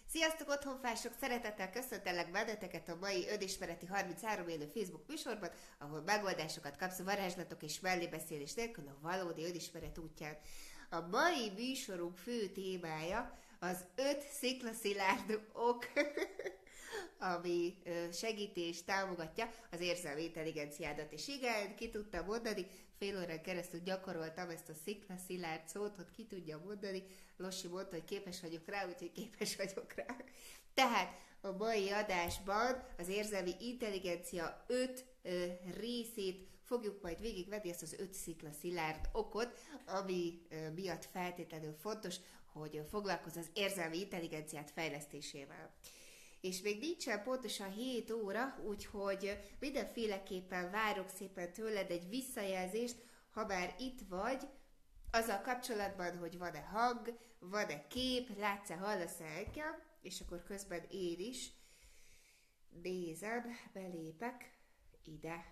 Sziasztok otthonfások! Szeretettel köszöntelek benneteket a mai önismereti 33 élő Facebook műsorban, ahol megoldásokat kapsz varázslatok és mellébeszélés nélkül a valódi önismeret útján. A mai műsorunk fő témája az 5 sziklaszilárd ok, ami segíti és támogatja az érzelmi intelligenciádat. És igen, ki tudtam mondani, fél órán keresztül gyakoroltam ezt a sziklaszilárd szót, hogy ki tudja mondani. Lossi mondta, hogy képes vagyok rá, úgyhogy képes vagyok rá. Tehát a mai adásban az érzelmi intelligencia 5 részét fogjuk majd végigvenni, ezt az 5 sziklaszilárd okot, ami miatt feltétlenül fontos, hogy foglalkozz az érzelmi intelligenciát fejlesztésével. És még nincsen pontosan 7 óra, úgyhogy mindenféleképpen várok szépen tőled egy visszajelzést, ha már itt vagy, azzal kapcsolatban, hogy van-e hang, van-e kép, látsz-e, hallasz-e engem, és akkor közben én is nézem, belépek ide.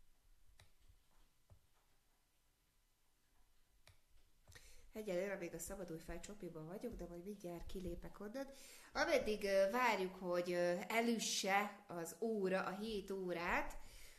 Egyelőre még a Szabadújfáj csopiban vagyok, de majd mindjárt kilépek onnan. Ameddig várjuk, hogy elüsse az óra, a 7 órát,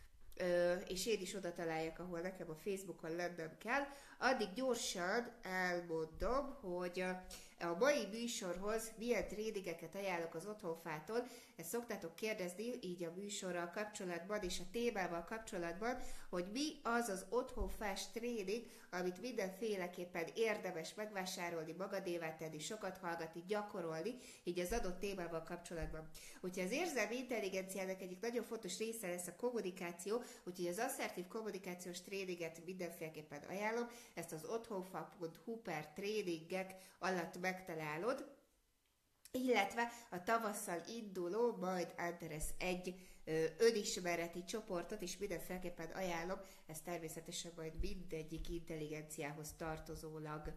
és én is oda találjak, ahol nekem a Facebookon lennem kell, addig gyorsan elmondom, hogy a mai műsorhoz milyen tréningeket ajánlok az Otthonfától. Ezt szoktátok kérdezni így a műsorral kapcsolatban és a témával kapcsolatban, hogy mi az az otthonfás tréning, amit mindenféleképpen érdemes megvásárolni, magadévá tenni, sokat hallgatni, gyakorolni, így az adott témával kapcsolatban. Úgyhogy az érzelmi intelligenciának egyik nagyon fontos része lesz a kommunikáció, úgyhogy az asszertív kommunikációs tréninget mindenféleképpen ajánlom, ezt az otthonfa.hu/tréningek alatt megtalálod, illetve a tavasszal induló, majd Antares egy önismereti csoportot is mindenféleképpen ajánlom, ez természetesen majd mindegyik intelligenciához tartozólag.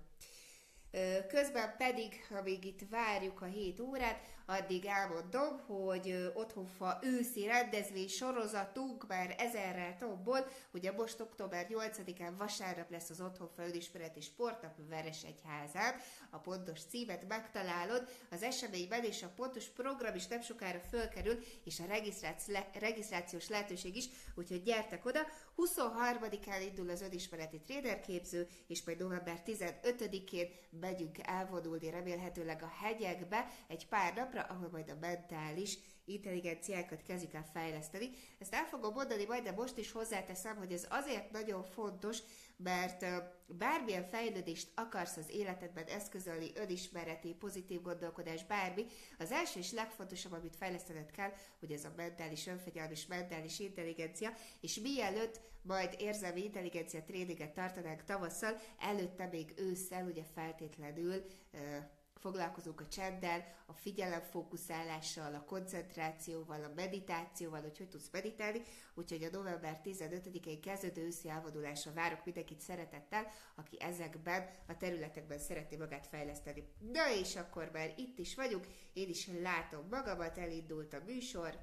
Közben pedig, amíg itt várjuk a 7 órát, addig elmondom, hogy Otthonfa őszi rendezvény sorozatunk már 1000-rel tombol. Ugye most október 8-án vasárnap lesz az Otthonfa önismereti sportnap Veresegyházán. A pontos címet megtalálod az eseményben, és a pontos program is nem sokára fölkerül, és a regisztrációs lehetőség is, úgyhogy gyertek oda. 23-án indul az önismereti trénerképző, és majd november 15-én megyünk elvonulni remélhetőleg a hegyekbe egy pár napra, ahol majd a mentális intelligenciákat kezdjük el fejleszteni. Ezt el fogom mondani majd, de most is hozzáteszem, hogy ez azért nagyon fontos, mert bármilyen fejlődést akarsz az életedben eszközölni, önismereti, pozitív gondolkodás, bármi, az első és legfontosabb, amit fejlesztened kell, hogy ez a mentális önfegyelem és mentális intelligencia, és mielőtt majd érzelmi intelligencia tréninget tartanánk tavasszal, előtte még ősszel ugye feltétlenül foglalkozunk a csenddel, a figyelemfókuszálással, a koncentrációval, a meditációval, hogy tudsz meditálni, úgyhogy a november 15-én kezdődő őszi elvonulásra várok mindenkit szeretettel, aki ezekben a területekben szeretné magát fejleszteni. Na és akkor már itt is vagyunk, én is látom magamat, elindult a műsor.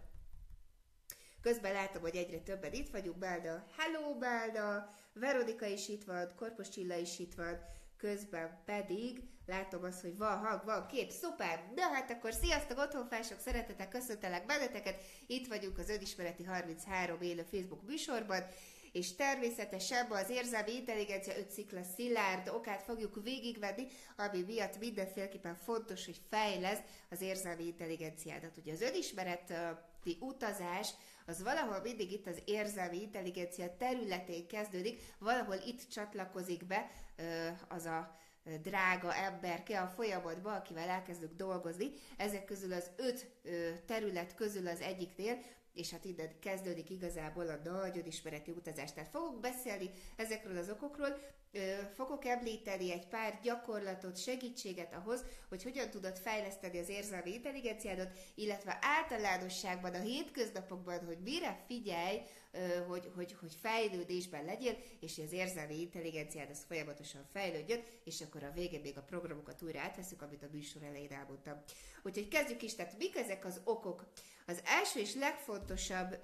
Közben látom, hogy egyre többen itt vagyunk, Bálda, hello Bálda, Veronika is itt van, Korpos Csilla is itt van, közben pedig látom azt, hogy van hang, van kép, szuper! Na hát akkor sziasztok otthonfások, szeretettel köszöntelek benneteket, itt vagyunk az önismereti 33 élő Facebook műsorban, és természetesen az érzelmi intelligencia 5 sziklaszilárd okát fogjuk végigvenni, ami miatt mindenféleképpen fontos, hogy fejleszd az érzelmi intelligenciádat. Ugye az önismereti utazás az valahol mindig itt az érzelmi intelligencia területén kezdődik, valahol itt csatlakozik be az a drága emberke a folyamatba, akivel elkezdünk dolgozni. Ezek közül az 5 terület közül az egyiknél, és hát innen kezdődik igazából a nagy önismereti utazás. Tehát fogok beszélni ezekről az okokról, fogok említeni egy pár gyakorlatot, segítséget ahhoz, hogy hogyan tudod fejleszteni az érzelmi intelligenciádat, illetve általánosságban a hétköznapokban, hogy mire figyelj, hogy fejlődésben legyél, és hogy az érzelmi intelligenciád az folyamatosan fejlődjön, és akkor a végén még a programokat újra átveszünk, amit a műsor elején elmondtam. Úgyhogy kezdjük is, tehát mik ezek az okok? Az első és legfontosabb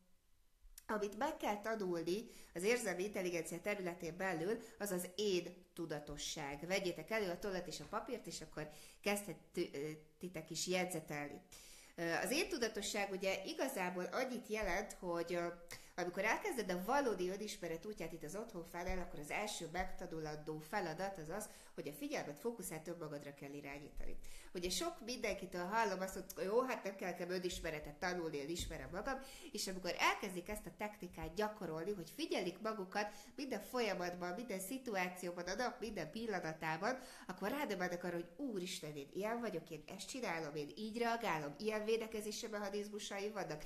amit meg kell tanulni az érzelmi intelligencia területén belül, az az én tudatosság. Vegyétek elő a tollat és a papírt, és akkor kezdhetitek is jegyzetelni. Az én tudatosság ugye igazából annyit jelent, hogy amikor elkezded a valódi önismeret útját itt az otthon felel, akkor az első megtanulandó feladat az az, hogy a figyelmet, fókuszát önmagadra kell irányítani. Ugye sok mindenkitől hallom azt, hogy jó, hát nem kell nekem önismeretet tanulni, én ismerem magam, és amikor elkezdik ezt a technikát gyakorolni, hogy figyelik magukat minden folyamatban, minden szituációban, a nap minden pillanatában, akkor rádöbbennek arra, hogy úristen, én ilyen vagyok, én ezt csinálom, én így reagálom, ilyen védekezési mechanizmusai vannak.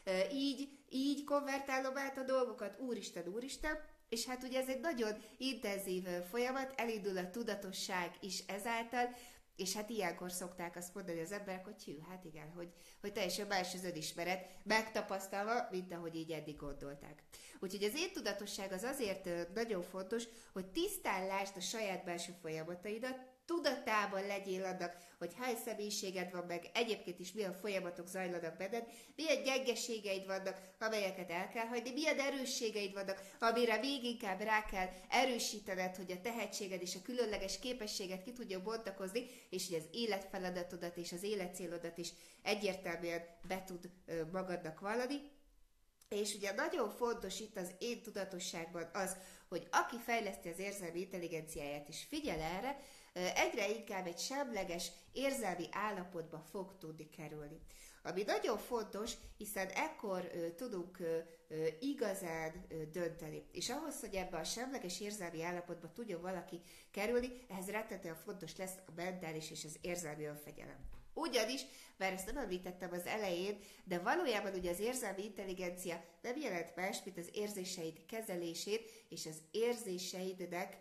Így konvertálom át a dolgokat, úristen, és hát ugye ez egy nagyon intenzív folyamat, elindul a tudatosság is ezáltal, és hát ilyenkor szokták azt mondani az emberek, hogy hű, hát igen, hogy teljesen más az önismeret, megtapasztalva, mint ahogy így eddig gondolták. Úgyhogy az én tudatosság az azért nagyon fontos, hogy tisztán lásd a saját belső folyamataidat, tudatában legyél annak, hogy hány személyiséged van meg, egyébként is milyen folyamatok zajlanak benned, milyen gyengeségeid vannak, amelyeket el kell hagyni, milyen erősségeid vannak, amire még inkább rá kell erősítened, hogy a tehetséged és a különleges képességet ki tudja bontakozni, és hogy az életfeladatodat és az életcélodat is egyértelműen be tud magadnak vallani. És ugye nagyon fontos itt az én tudatosságban az, hogy aki fejleszti az érzelmi intelligenciáját és figyel erre, egyre inkább egy semleges érzelmi állapotba fog tudni kerülni. Ami nagyon fontos, hiszen ekkor tudunk igazán dönteni. És ahhoz, hogy ebbe a semleges érzelmi állapotba tudjon valaki kerülni, ehhez rettentően fontos lesz a mentális és az érzelmi önfegyelem. Ugyanis, mert ezt nem említettem az elején, de valójában ugye az érzelmi intelligencia nem jelent más, mint az érzéseid kezelését és az érzéseidnek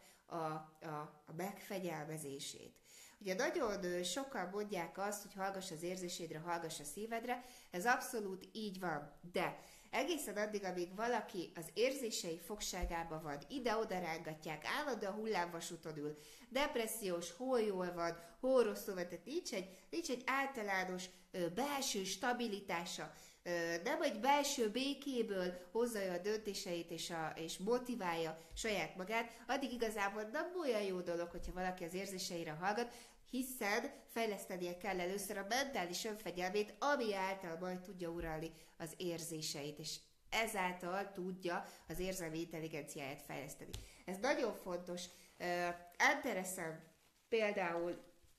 a megfegyelmezését. Ugye nagyon sokan mondják azt, hogy hallgass az érzéseidre, hallgass a szívedre, ez abszolút így van, de egészen addig, amíg valaki az érzései fogságában van, ide-oda rángatják, állandóan hullámvasúton ül, depressziós, hol jól van, hol rosszul van, tehát nincs egy általános belső stabilitása, nem egy belső békéből hozza a döntéseit és motiválja saját magát, addig igazából nem olyan jó dolog, hogyha valaki az érzéseire hallgat, hiszen fejlesztenie kell először a mentális önfegyelmét, ami által majd tudja uralni az érzéseit, és ezáltal tudja az érzelmi intelligenciáját fejleszteni. Ez nagyon fontos. Andersen például,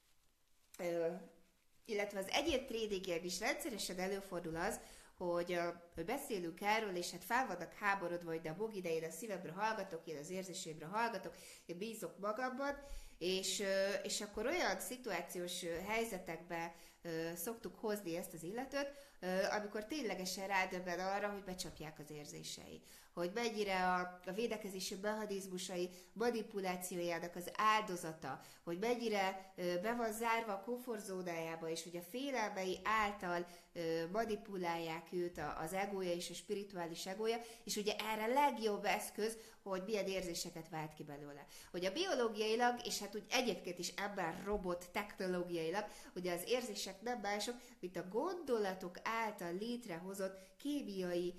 illetve az egyéb tréningben is rendszeresen előfordul az, hogy beszélünk erről, és hát fel vannak háborodva, hogy de a Bogi, de én a szívemre hallgatok, én az érzéseimre hallgatok, én bízok magamban, és akkor olyan szituációs helyzetekbe szoktuk hozni ezt az illetőt, amikor ténylegesen rádöbben arra, hogy becsapják az érzései. Hogy mennyire a védekezési mechanizmusai manipulációjának az áldozata, hogy mennyire be van zárva a komfortzónájába, és hogy a félelmei által manipulálják őt az egója és a spirituális egója, és ugye erre legjobb eszköz, hogy milyen érzéseket vált ki belőle. Hogy a biológiailag, és hát úgy egyébként is ember-robot technológiailag, ugye az érzések nem mások, mint a gondolatok által létrehozott kémiai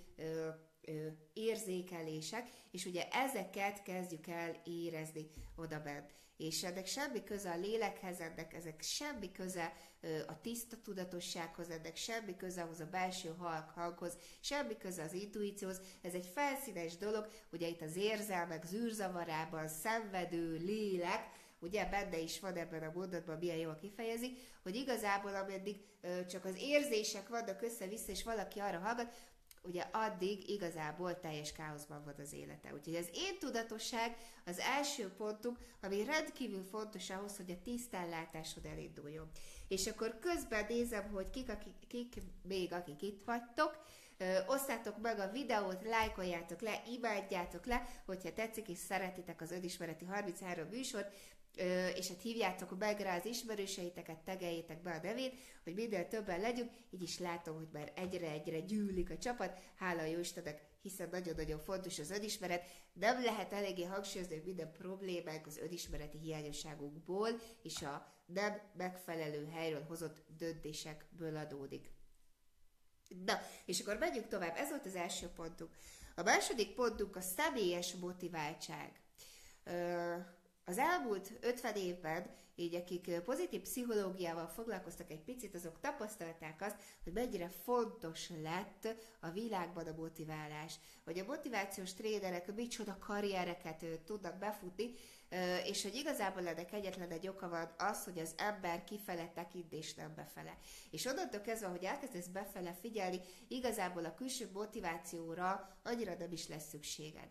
érzékelések, és ugye ezeket kezdjük el érezni odabent. És ennek semmi köze a lélekhez, ezek semmi köze a tiszta tudatossághoz, ennek semmi köze ahhoz a belső hanghoz, semmi köze az intuícióhoz, ez egy felszínes dolog, ugye itt az érzelmek zűrzavarában szenvedő lélek, ugye benne is van ebben a mondatban, milyen jól kifejezi, hogy igazából ameddig csak az érzések vannak össze-vissza, és valaki arra hallgat, ugye addig igazából teljes káoszban van az élete. Úgyhogy az én tudatosság az első pontunk, ami rendkívül fontos ahhoz, hogy a tisztánlátásod elinduljon. És akkor közben nézem, hogy kik még, akik itt vagytok, osszátok meg a videót, lájkoljátok le, imádjátok le, hogyha tetszik és szeretitek az Önismereti 33 műsort, és hát hívjátok meg rá az ismerőseiteket, tegeljétek be a nevét, hogy minél többen legyünk, így is látom, hogy már egyre-egyre gyűlik a csapat, hála a Jóistennek, hiszen nagyon-nagyon fontos az önismeret, nem lehet eléggé hangsúlyozni, hogy minden problémánk az önismereti hiányosságunkból és a nem megfelelő helyről hozott döntésekből adódik. Na, és akkor megyünk tovább, ez volt az első pontunk. A második pontunk a személyes motiváltság. Az elmúlt 50 évben, így akik pozitív pszichológiával foglalkoztak egy picit, azok tapasztalták azt, hogy mennyire fontos lett a világban a motiválás. Hogy a motivációs trénerek micsoda karriereket tudnak befutni, és hogy igazából ennek egyetlen egy oka van az, hogy az ember kifele tekint és nem befele. És onnantól kezdve, hogy elkezdesz befele figyelni, igazából a külső motivációra annyira nem is lesz szükséged.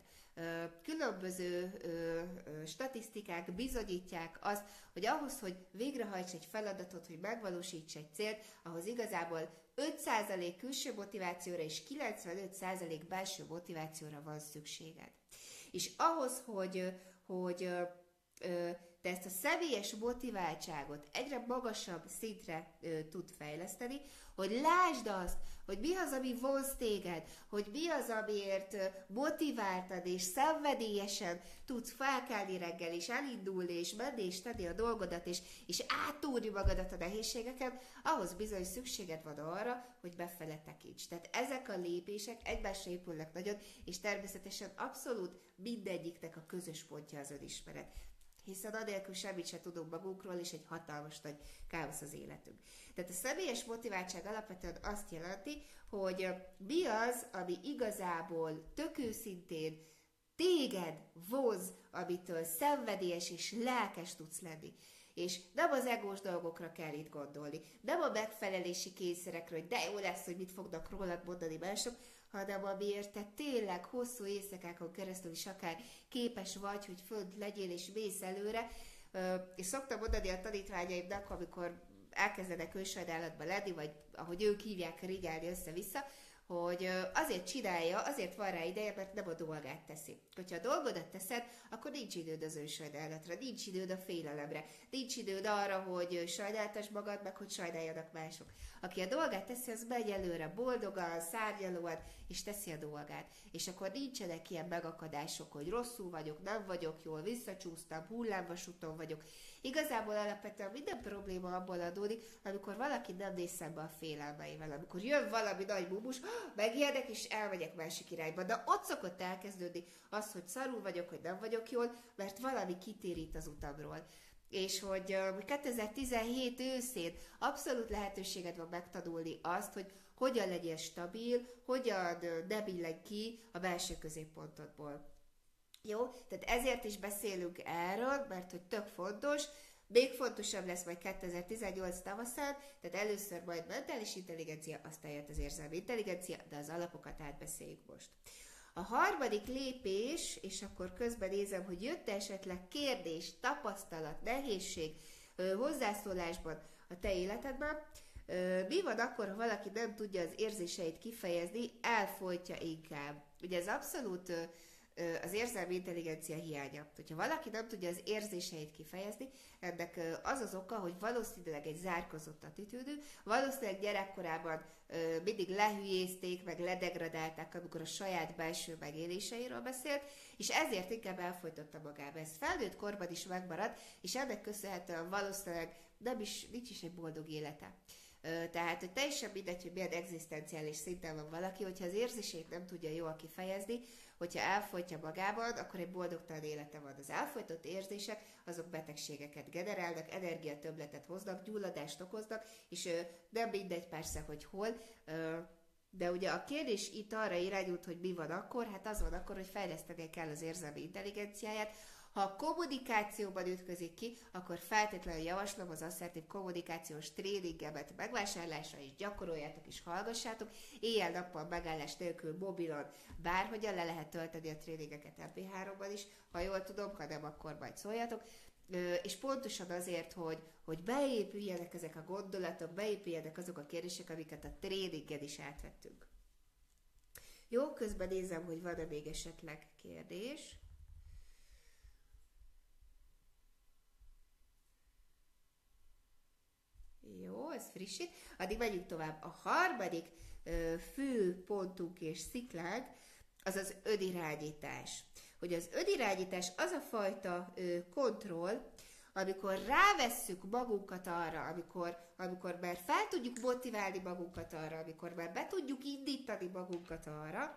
Különböző statisztikák bizonyítják azt, hogy ahhoz, hogy végrehajts egy feladatot, hogy megvalósíts egy célt, ahhoz igazából 5% külső motivációra és 95% belső motivációra van szükséged. És ahhoz, hogy te ezt a személyes motiváltságot egyre magasabb szintre tud fejleszteni, hogy lásd azt, hogy mi az, ami vonz téged, hogy mi az, amiért motiváltad és szenvedélyesen tudsz felkelni reggel, és elindulni, és menni, és tenni a dolgodat, és átúrni magadat a nehézségeken, ahhoz bizony szükséged van arra, hogy befele tekints. Tehát ezek a lépések egymásra épülnek nagyon, és természetesen abszolút mindegyiknek a közös pontja az önismeret. Hiszen anélkül semmit se tudunk magunkról, és egy hatalmas nagy káosz az életünk. Tehát a személyes motiváltság alapvetően azt jelenti, hogy mi az, ami igazából tök őszintén téged vonz, amitől szenvedélyes és lelkes tudsz lenni. És nem az egós dolgokra kell itt gondolni, nem a megfelelési kényszerekről, hogy de jó lesz, hogy mit fognak rólad mondani mások, hanem amiért te tényleg hosszú éjszakákon keresztül is akár képes vagy, hogy fönt legyél és mész előre. És szoktam mondani a tanítványaimnak, amikor elkezdenek önsajnálatba lenni, vagy ahogy ők hívják, rigálni össze-vissza, hogy azért csinálja, azért van rá ideje, mert nem a dolgát teszi. Hogyha a dolgodat teszed, akkor nincs időd az önsajnálatra, nincs időd a félelemre, nincs időd arra, hogy sajnáltass magad, meg hogy sajnáljanak mások. Aki a dolgát teszi, az megy előre boldogan, szárnyalóan, és teszi a dolgát. És akkor nincsenek ilyen megakadások, hogy rosszul vagyok, nem vagyok jól, visszacsúsztam, hullámvasúton vagyok. Igazából alapvetően minden probléma abból adódik, amikor valaki nem néz szembe a félelmeivel, amikor jön valami nagy bubus, megijedek és elmegyek másik irányba. De ott szokott elkezdődni az, hogy szarul vagyok, hogy nem vagyok jól, mert valami kitérít az utamról. És hogy 2017 őszén abszolút lehetőséged van megtanulni azt, hogy hogyan legyél stabil, hogyan ne billenj ki a belső középpontodból. Jó? Tehát ezért is beszélünk erről, mert hogy tök fontos, még fontosabb lesz majd 2018 tavaszán, tehát először majd mentális intelligencia, aztán jött az érzelmi intelligencia, de az alapokat átbeszéljük most. A harmadik lépés, és akkor közben nézem, hogy jött esetleg kérdés, tapasztalat, nehézség hozzászólásban a te életedben. Mi van akkor, ha valaki nem tudja az érzéseit kifejezni, elfolytja inkább? Ugye ez abszolút az érzelmi intelligencia hiánya. Hogyha valaki nem tudja az érzéseit kifejezni, ennek az az oka, hogy valószínűleg egy zárkozott attitűdű, valószínűleg gyerekkorában mindig lehülyézték, meg ledegradálták, amikor a saját belső megéléseiről beszélt, és ezért inkább elfolytotta magába. Ez felnőtt korban is megmarad, és ennek köszönhetően valószínűleg nincs is egy boldog élete. Tehát, hogy teljesen mindegy, hogy milyen egzisztenciális szinten van valaki, hogyha az érzését nem tudja jól kifejezni, hogyha elfolytja magában, akkor egy boldogtalan élete van. Az elfolytott érzések, azok betegségeket generálnak, energiatöbbletet hoznak, gyulladást okoznak, és nem mindegy persze, hogy hol, de ugye a kérdés itt arra irányult, hogy mi van akkor, hát az van akkor, hogy fejleszteni kell az érzelmi intelligenciáját. Ha a kommunikációban ütközik ki, akkor feltétlenül javaslom az asszertív kommunikációs tréningemet megvásárlásra, és gyakoroljátok és hallgassátok. Éjjel-nappal megállás nélkül mobilon bárhogyan le lehet tölteni a tréningeket MP3-ban is, ha jól tudom, ha nem, akkor majd szóljatok. És pontosan azért, hogy beépüljenek ezek a gondolatok, beépüljenek azok a kérdések, amiket a tréningen is átvettünk. Jó, közben nézem, hogy van-e még esetleg kérdés. Jó, ez frissít. Addig megyünk tovább. A harmadik fő pontunk és sziklánk az az önirányítás. Hogy az önirányítás az a fajta kontroll, amikor rávesszük magunkat arra, amikor már fel tudjuk motiválni magunkat arra, amikor már be tudjuk indítani magunkat arra,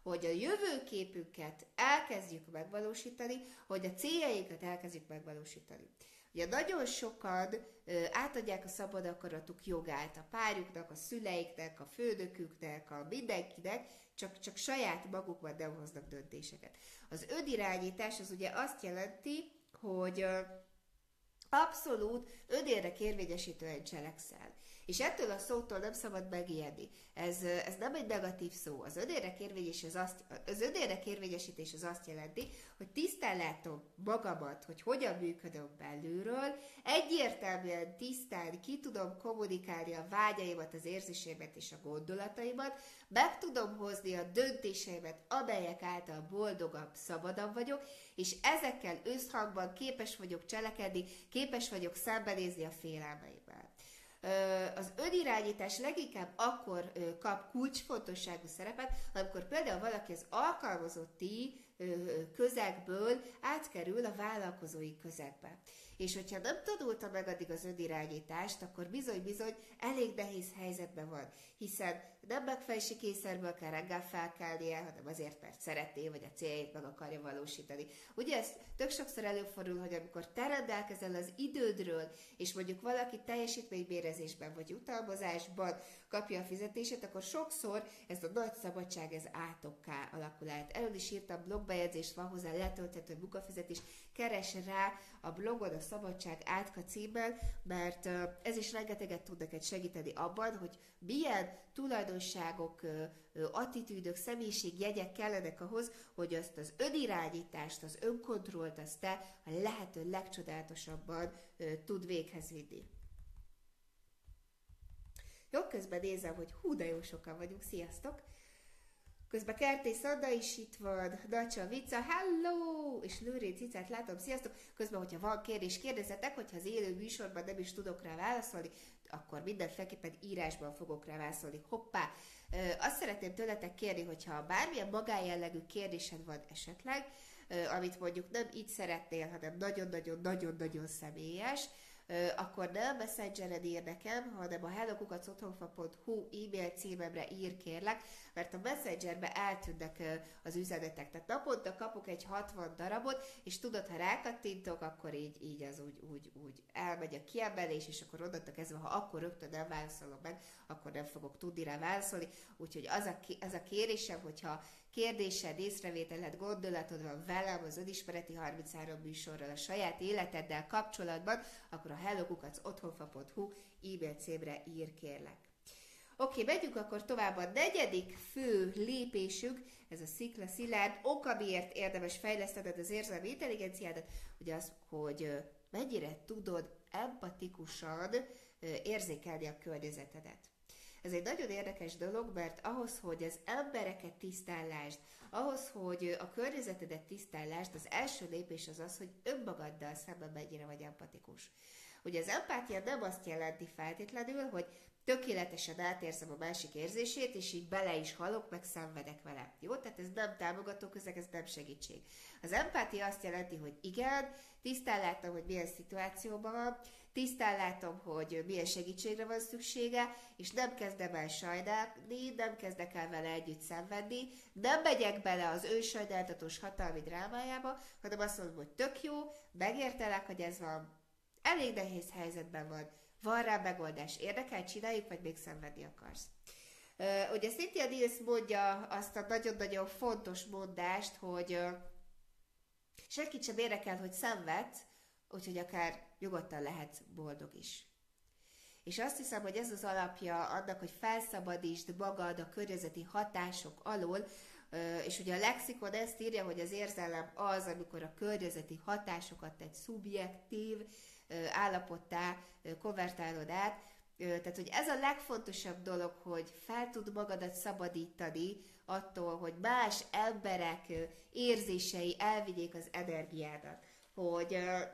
hogy a jövőképünket elkezdjük megvalósítani, hogy a céljainkat elkezdjük megvalósítani. Ugye nagyon sokan átadják a szabad akaratuk jogát a párjuknak, a szüleiknek, a főnöküknek, a mindenkinek, csak saját magukban nem hoznak döntéseket. Az önirányítás az ugye azt jelenti, hogy abszolút önérdek érvényesítően cselekszel. És ettől a szótól nem szabad megijedni. Ez nem egy negatív szó. Az önérdek érvényesítés az azt jelenti, hogy tisztán látom magamat, hogy hogyan működöm belülről, egyértelműen tisztán ki tudom kommunikálni a vágyaimat, az érzéseimet és a gondolataimat, meg tudom hozni a döntéseimet, amelyek által boldogabb, szabadabb vagyok, és ezekkel összhangban képes vagyok cselekedni, képes vagyok szembenézni a félelmeimmel. Az önirányítás leginkább akkor kap kulcsfontosságú szerepet, amikor például valaki az alkalmazotti közegből átkerül a vállalkozói közegbe. És hogyha nem tanulta meg addig az önirányítást, akkor bizony-bizony elég nehéz helyzetben van, hiszen nem megfejsi kényszerből kell reggel felkelnie, hanem azért, mert szeretné, vagy a céljait meg akarja valósítani. Ugye ez tök sokszor előfordul, hogy amikor te rendelkezel az idődről, és mondjuk valaki teljesítménybérezésben vagy jutalmazásban kapja a fizetését, akkor sokszor ez a nagy szabadság, ez átokká alakul át. Erről is írtam blogbejegyzést, van hozzá letölthető munkafizetés, keres rá a blogon a Szabadság Átka címmel, mert ez is rengeteget tud neked segíteni abban, hogy milyen tulajdonságok, attitűdök, személyiségjegyek kellenek ahhoz, hogy azt az önirányítást, az önkontrollt, azt te a lehető legcsodálatosabban tud véghez vinni. Jó, közben nézem, hogy hú, de jó sokan vagyunk, sziasztok! Közben Kertész Anna is itt van, Dacsa Vica, hello! És Lőrinc Cicát látom, sziasztok! Közben, hogyha van kérdés, kérdezzetek, hogyha az élő műsorban nem is tudok rá válaszolni, akkor mindenféleképpen írásban fogok rá válaszolni. Hoppá! Azt szeretném tőletek kérni, hogyha bármilyen magánjellegű kérdésed van esetleg, amit mondjuk nem így szeretnél, hanem nagyon-nagyon személyes, akkor ne a Messengeren ír nekem, hanem a hello@otthonfa.hu e-mail címemre ír kérlek, mert a Messengerbe eltűnnek az üzenetek. Tehát naponta kapok egy 60 darabot, és tudod, ha rákattintok, akkor így az úgy elmegy a kiemelés, és akkor onnantól kezdve, ha akkor rögtön nem válaszolom meg, akkor nem fogok tudni rá válaszolni. Úgyhogy az a kérésem, hogyha kérdésed, észrevételed, gondolatod van velem az Önismereti 33 műsorral a saját életeddel kapcsolatban, akkor a hello@otthonfa.hu e-mail címre ír kérlek. Oké, megyünk akkor tovább a negyedik fő lépésünk, ez a szikla szilárd oka, miért érdemes fejlesztened az érzelmi intelligenciádat, ugye az, hogy mennyire tudod empatikusan érzékelni a környezetedet. Ez egy nagyon érdekes dolog, mert ahhoz, hogy az embereket tisztánlásd, ahhoz, hogy a környezetedet tisztánlásd, az első lépés az, hogy önmagaddal szemben mennyire vagy empatikus. Ugye az empátia nem azt jelenti feltétlenül, hogy tökéletesen átérzem a másik érzését, és így bele is halok, meg szenvedek vele. Jó? Tehát ez nem támogató közeg, ez nem segítség. Az empátia azt jelenti, hogy igen, tisztán látom, hogy milyen szituációban van, tisztán látom, hogy milyen segítségre van szüksége, és nem kezdem el sajnálni, nem kezdek el vele együtt szenvedni, nem megyek bele az ő sajnáltatós hatalmi drámájába, hanem azt mondom, hogy tök jó, megértelek, hogy ez van, elég nehéz helyzetben van rá megoldás, érdekel, csináljuk, vagy még szenvedni akarsz. Ugye Cynthia Niels mondja azt a nagyon-nagyon fontos mondást, hogy senkit sem érdekel, hogy szenvedsz, úgyhogy akár nyugodtan lehetsz boldog is. És azt hiszem, hogy ez az alapja annak, hogy felszabadítsd magad a környezeti hatások alól, és ugye a lexikon ezt írja, hogy az érzelem az, amikor a környezeti hatásokat egy szubjektív állapottá konvertálod át. Tehát, hogy ez a legfontosabb dolog, hogy fel tud magadat szabadítani attól, hogy más emberek érzései elvigyék az energiádat. Hogy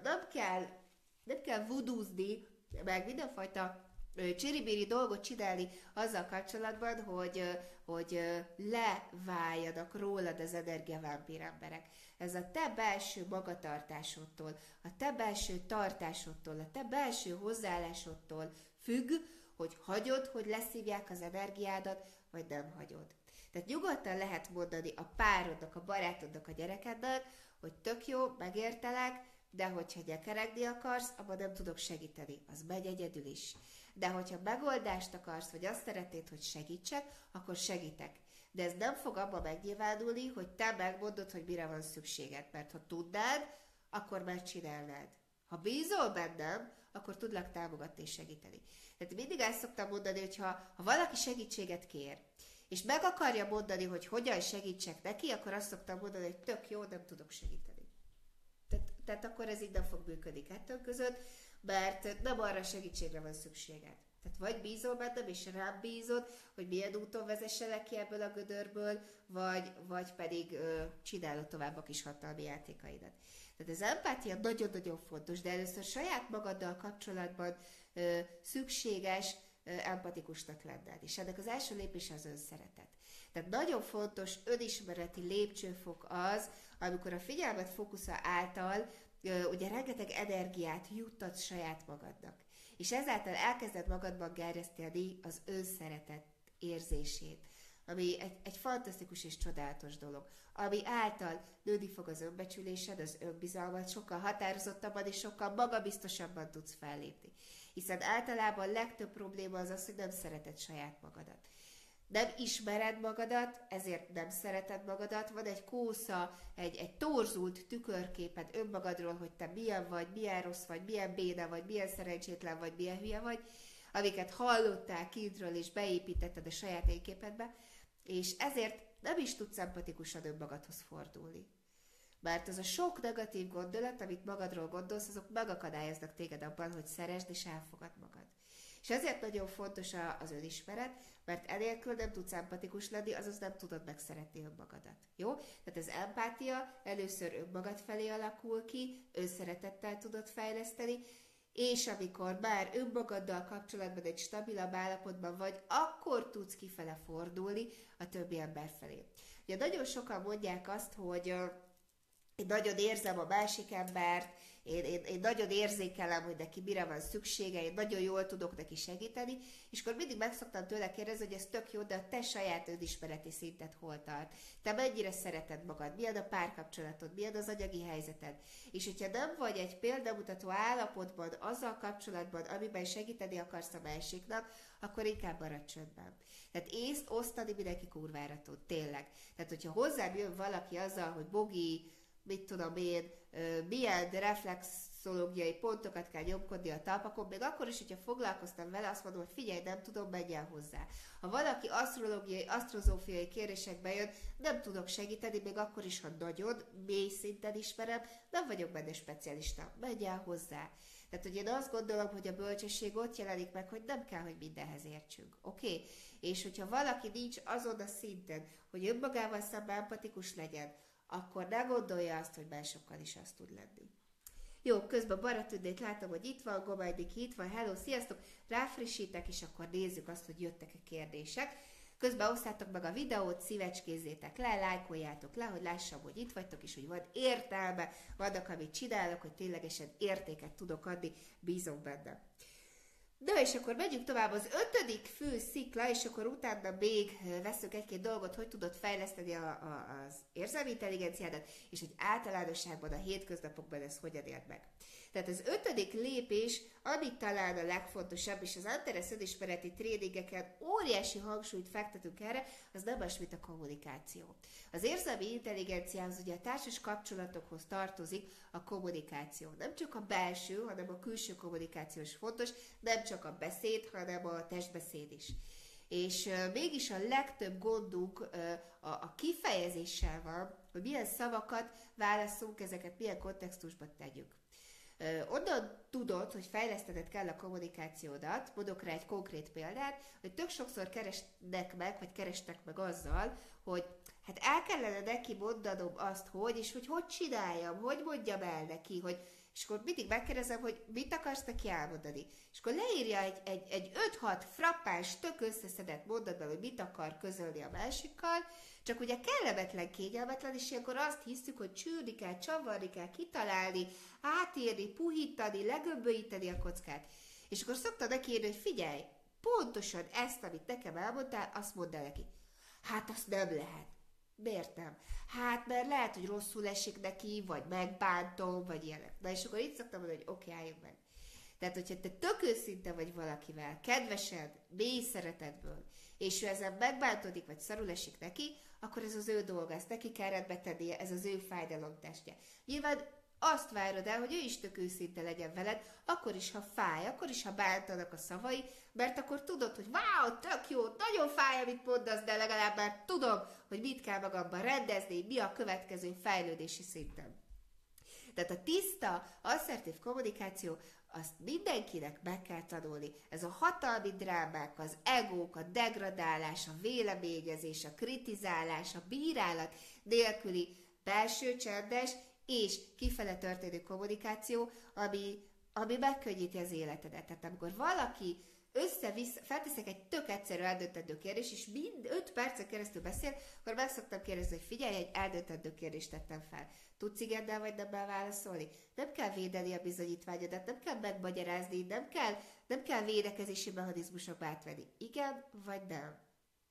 nem kell vudúzni, meg mindenfajta csiribiri dolgot csinálni azzal kapcsolatban, hogy leváljanak rólad az energiavámpír emberek. Ez a te belső magatartásodtól, a te belső tartásodtól, a te belső hozzáállásodtól függ, hogy hagyod, hogy leszívják az energiádat, vagy nem hagyod. Tehát nyugodtan lehet mondani a párodnak, a barátodnak, a gyerekednek, hogy tök jó, megértelek, de hogyha gyekeregni akarsz, abban nem tudok segíteni. Az megy egyedül is. De hogyha megoldást akarsz, vagy azt szeretnéd, hogy segítsek, akkor segítek. De ez nem fog abba megnyilvánulni, hogy te megmondod, hogy mire van szükséged. Mert ha tudnád, akkor megcsinálnád. Ha bízol bennem, akkor tudlak támogatni és segíteni. Tehát mindig ezt szoktam mondani, hogy ha valaki segítséget kér, és meg akarja mondani, hogy hogyan segítsek neki, akkor azt szoktam mondani, hogy tök jó, nem tudok segíteni. Tehát akkor ez így nem fog működni kettőnk között, mert nem arra segítségre van szükséged. Tehát vagy bízol bennem, és rám bízod, hogy milyen úton vezesselek ki ebből a gödörből, vagy pedig csinálod tovább a kis hatalmi játékaidat. Tehát az empátia nagyon-nagyon fontos, de először saját magaddal kapcsolatban szükséges empatikusnak lenned. És ennek az első lépése az önszeretet. Tehát nagyon fontos önismereti lépcsőfok az, amikor a figyelmet fókusza által ugye rengeteg energiát juttatsz saját magadnak. És ezáltal elkezded magadban gerjeszteni az önszeretet érzését, ami egy fantasztikus és csodálatos dolog, ami által nőni fog az önbecsülésed, az önbizalmat, sokkal határozottabban és sokkal magabiztosabban tudsz fellépni. Hiszen általában a legtöbb probléma az, hogy nem szereted saját magadat. Nem ismered magadat, ezért nem szereted magadat, van egy kósza, egy torzult tükörképed önmagadról, hogy te milyen vagy, milyen rossz vagy, milyen béna vagy, milyen szerencsétlen vagy, milyen hülye vagy, amiket hallottál kintről és beépítetted a saját énképedbe, és ezért nem is tudsz empatikusan önmagadhoz fordulni. Mert az a sok negatív gondolat, amit magadról gondolsz, azok megakadályoznak téged abban, hogy szeresd és elfogad magad. És ezért nagyon fontos az önismeret, mert enélkül nem tudsz empatikus lenni, azaz nem tudod megszeretni önmagadat. Jó? Tehát az empátia először önmagad felé alakul ki, önszeretettel tudod fejleszteni, és amikor már önmagaddal kapcsolatban egy stabilabb állapotban vagy, akkor tudsz kifele fordulni a többi ember felé. Ugye nagyon sokan mondják azt, hogy én nagyon érzem a másik embert, én nagyon érzékelem, hogy neki mire van szüksége, én nagyon jól tudok neki segíteni, és akkor mindig meg szoktam tőle kérdezni, hogy ez tök jó, de a te saját önismereti szinted hol tart? Te mennyire szereted magad? Milyen a párkapcsolatod? Milyen az anyagi helyzeted? És hogyha nem vagy egy példamutató állapotban, azzal kapcsolatban, amiben segíteni akarsz a másiknak, akkor inkább maradj csöndben. Tehát észt osztani mindenki kurvára tud, tényleg. Tehát, hogyha hozzám jön valaki azzal, hogy Bogi, mit tudom én, milyen reflexológiai pontokat kell nyomkodni a talpakon, még akkor is, hogyha foglalkoztam vele, azt mondom, hogy figyelj, nem tudom, menj el hozzá. Ha valaki asztrológiai, asztrozófiai kérésekbe jön, nem tudok segíteni, még akkor is, ha nagyon mély szinten ismerem, nem vagyok benne specialista, menj el hozzá. Tehát, hogy én azt gondolom, hogy a bölcsesség ott jelenik meg, hogy nem kell, hogy mindenhez értsünk. Oké? És hogyha valaki nincs azon a szinten, hogy önmagával szemben empatikus legyen, akkor ne gondolja azt, hogy másokkal is azt tud lenni. Jó, közben Baratündét látom, hogy itt van, Gomajdik itt van, hello, sziasztok, ráfrissítek, és akkor nézzük azt, hogy jöttek-e kérdések. Közben osszátok meg a videót, szívecskézzétek le, lájkoljátok le, hogy lássam, hogy itt vagytok, és hogy van értelme, vannak, amit csinálok, hogy ténylegesen értéket tudok adni, bízom benne. Na és akkor megyünk tovább az 5. fő szikla, és akkor utána még veszünk egy-két dolgot, hogy tudod fejleszteni az érzelmi intelligenciádat, és hogy általánosságban a hétköznapokban ez hogyan éld meg. Tehát az 5. lépés, ami talán a legfontosabb, és az Antares önismereti tréningeken óriási hangsúlyt fektetünk erre, az nem más, mint a kommunikáció. Az érzelmi intelligenciához, ugye a társas kapcsolatokhoz tartozik a kommunikáció. Nem csak a belső, hanem a külső kommunikáció is fontos, nem csak a beszéd, hanem a testbeszéd is. És mégis a legtöbb gondunk a kifejezéssel van, hogy milyen szavakat válaszunk, ezeket milyen kontextusban tegyük. Onnan tudod, hogy fejlesztened kell a kommunikációdat, mondok rá egy konkrét példát, hogy tök sokszor kerestek meg azzal, hogy hát el kellene neki mondanom azt, és hogy csináljam, hogy mondjam el neki, és akkor mindig megkérdezem, hogy mit akarsz neki elmondani. És akkor leírja egy 5-6 frappáns, tök összeszedett mondatban, hogy mit akar közölni a másikkal, csak ugye kellemetlen, kényelmetlen, és ilyenkor azt hiszük, hogy csűrni kell, csavarni kell, kitalálni, átírni, puhítani, legömbölyíteni a kockát. És akkor szokta neki írni, hogy figyelj, pontosan ezt, amit nekem elmondtál, azt mondd el neki. Hát azt nem lehet. Miért nem? Hát mert lehet, hogy rosszul esik neki, vagy megbántom, vagy ilyenek. Na és akkor itt szoktam mondani, hogy oké, álljunk meg. Tehát, hogyha te tök őszinte vagy valakivel, kedvesed, mély szeretetből, és ő ezen megbántodik, vagy szarul esik neki, akkor ez az ő dolga, ezt neki kell rendbe tennie, ez az ő fájdalomtestje. Nyilván azt várod el, hogy ő is tök őszinte legyen veled, akkor is, ha fáj, akkor is, ha bántanak a szavai, mert akkor tudod, hogy wow, tök jó, nagyon fáj, amit mondasz, de legalább már tudom, hogy mit kell magamban rendezni, mi a következő fejlődési szinten. Tehát a tiszta, asszertív kommunikáció, azt mindenkinek meg kell tanulni. Ez a hatalmi drámák, az egók, a degradálás, a véleményezés, a kritizálás, a bírálat nélküli belső csendes és kifele történő kommunikáció, ami megkönnyíti az életedet. Tehát amikor valaki össze-vissza, felteszek egy tök egyszerű eldöntendő kérdést, és mind 5 percen keresztül beszél, akkor meg szoktam kérdezni, hogy figyelj, egy eldöntendő kérdést tettem fel. Tudsz igennel vagy nem válaszolni? Nem kell védeni a bizonyítványodat, nem kell megmagyarázni, nem kell védekezési mechanizmusokba átvenni. Igen vagy nem?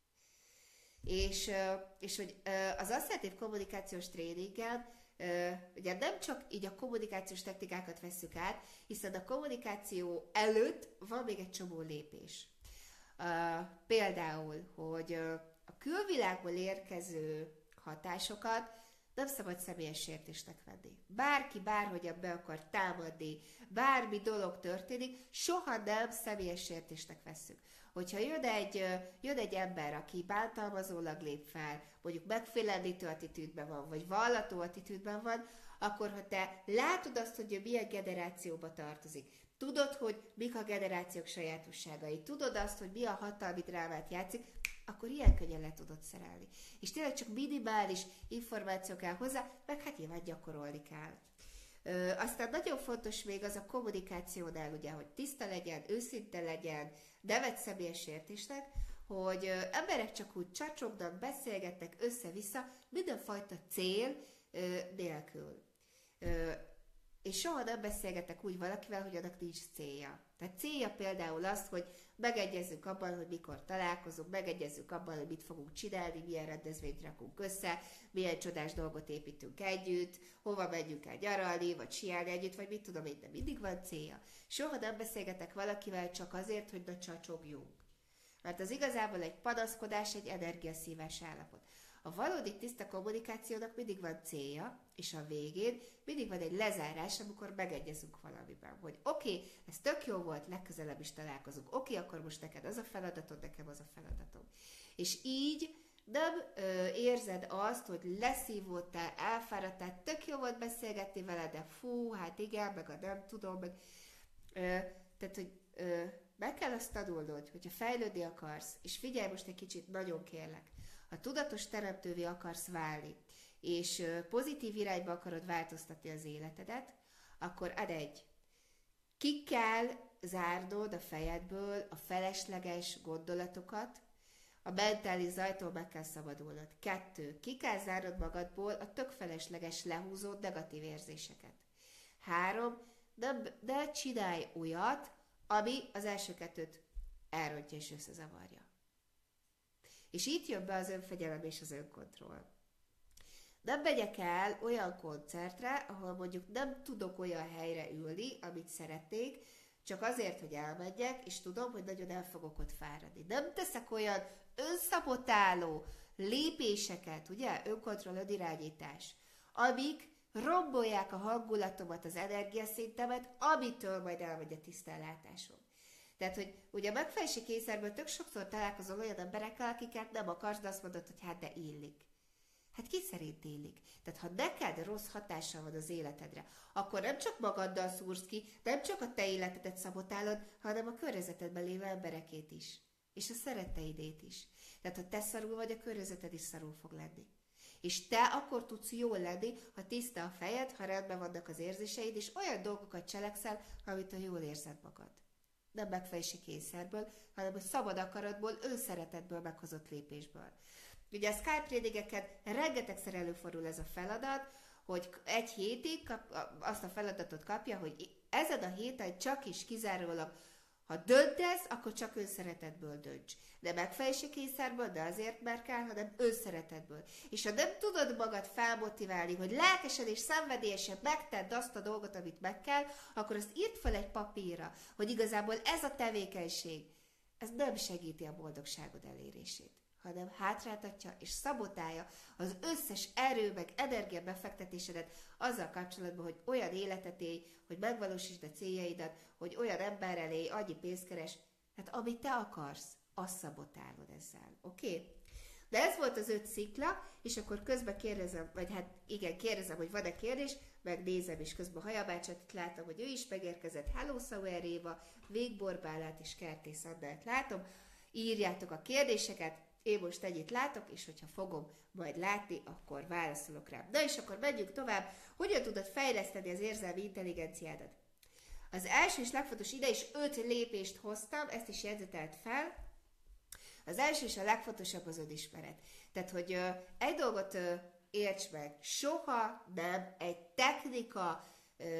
És hogy az asszertív kommunikációs tréninggel ugye nem csak így a kommunikációs technikákat vesszük át, hiszen a kommunikáció előtt van még egy csomó lépés. Például, hogy a külvilágból érkező hatásokat nem szabad személyes sértésnek venni. Bárki bárhogyan be akar támadni, bármi dolog történik, soha nem személyes sértésnek vesszük. Hogyha jön egy ember, aki bántalmazólag lép fel, mondjuk megfélemlítő attitűdben van, vagy vallató attitűdben van, akkor ha te látod azt, hogy ő milyen generációba tartozik, tudod, hogy mik a generációk sajátosságai, tudod azt, hogy mi a hatalmi drámát játszik, akkor ilyen könnyen le tudod szerelni. És tényleg csak minimális információ kell hozzá, meg hát nyilván gyakorolni kell. Aztán nagyon fontos még az a kommunikációnál, ugye, hogy tiszta legyen, őszinte legyen, ne vedd személyes sértésnek, hogy emberek csak úgy csacsognak, beszélgetnek össze-vissza, mindenfajta cél nélkül. És soha nem beszélgetek úgy valakivel, hogy annak nincs célja. Tehát célja például az, hogy megegyezzünk abban, hogy mikor találkozunk, megegyezzünk abban, hogy mit fogunk csinálni, milyen rendezvényt rakunk össze, milyen csodás dolgot építünk együtt, hova megyünk el nyaralni, vagy siálni együtt, vagy mit tudom én, de mindig van célja. Soha nem beszélgetek valakivel csak azért, hogy ne csacsogjunk. Mert az igazából egy panaszkodás, egy energiaszívás állapot. A valódi tiszta kommunikációnak mindig van célja, és a végén mindig van egy lezárás, amikor megegyezünk valamiben, hogy oké, ez tök jó volt, legközelebb is találkozunk. Oké, akkor most neked az a feladatod, nekem az a feladatom. És így nem érzed azt, hogy leszívódtál, elfáradtál, tök jó volt beszélgetni vele, de fú, hát igen, meg a nem tudom, meg... tehát, hogy meg kell azt tanulnod, hogyha fejlődni akarsz, és figyelj most egy kicsit, nagyon kérlek, ha tudatos teremtővé akarsz válni, és pozitív irányba akarod változtatni az életedet, akkor ki kell zárnod a fejedből a felesleges gondolatokat, a mentális zajtól meg kell szabadulnod. 2. Ki kell zárnod magadból a tök felesleges lehúzó negatív érzéseket. 3. De csinálj olyat, ami az első 2-t elrontja és összezavarja. És itt jön be az önfegyelem és az önkontroll. Nem megyek el olyan koncertre, ahol mondjuk nem tudok olyan helyre ülni, amit szeretnék, csak azért, hogy elmegyek, és tudom, hogy nagyon el fogok ott fáradni. Nem teszek olyan önszabotáló lépéseket, ugye, önkontroll, önirányítás, amik rombolják a hangulatomat, az energiaszintemet, amitől majd elmegy a tisztellátásom. Tehát, hogy ugye a megfelelési kényszerből tök sokszor találkozol olyan emberekkel, akiket nem akarsz, de azt mondod, hogy hát de illik. Hát ki szerint illik? Tehát ha neked rossz hatással van az életedre, akkor nem csak magaddal szúrsz ki, nem csak a te életedet szabotálod, hanem a környezetedben lévő emberekét is. És a szeretteidét is. Tehát ha te szarul vagy, a környezeted is szarul fog lenni. És te akkor tudsz jól lenni, ha tiszta a fejed, ha rendben vannak az érzéseid, és olyan dolgokat cselekszel, amit a jól érzed magad. Nem megfelelési kényszerből, hanem a szabad akaratból, önszeretetből meghozott lépésből. Ugye a Skype tréningeken rengetegszer előfordul ez a feladat, hogy egy hétig azt a feladatot kapja, hogy ezen a héten csak is kizárólag Ha döntesz, akkor csak önszeretetből dönts. De megfelelési kényszerből, de azért, mert kell, hanem önszeretetből. És ha nem tudod magad felmotiválni, hogy lelkesen és szenvedélyesen megtedd azt a dolgot, amit meg kell, akkor azt írd fel egy papírra, hogy igazából ez a tevékenység, ez nem segíti a boldogságod elérését, hanem hátráltatja és szabotálja az összes erő meg energia befektetésedet azzal kapcsolatban, hogy olyan életet élj, hogy megvalósítsd a céljaidat, hogy olyan emberrel élj, annyi pénzt keres, hát amit te akarsz, azt szabotálod ezzel, oké? De ez volt az 5 szikla, és akkor közben kérdezem, vagy hát igen, kérdezem, hogy van-e kérdés, megnézem, és közben Hajabácsot látom, hogy ő is megérkezett, Hello Sauer Éva, Végborbálát és Kertész Andrát látom, írjátok a kérdéseket, én most ennyit látok, és hogyha fogom majd látni, akkor válaszolok rá. Na és akkor menjünk tovább, hogyan tudod fejleszteni az érzelmi intelligenciádat. Az első és legfontosabb, ide is 5 lépést hoztam, ezt is jegyzetelt fel. Az első és a legfontosabb az önismeret. Tehát, hogy egy dolgot érts meg, soha nem egy technika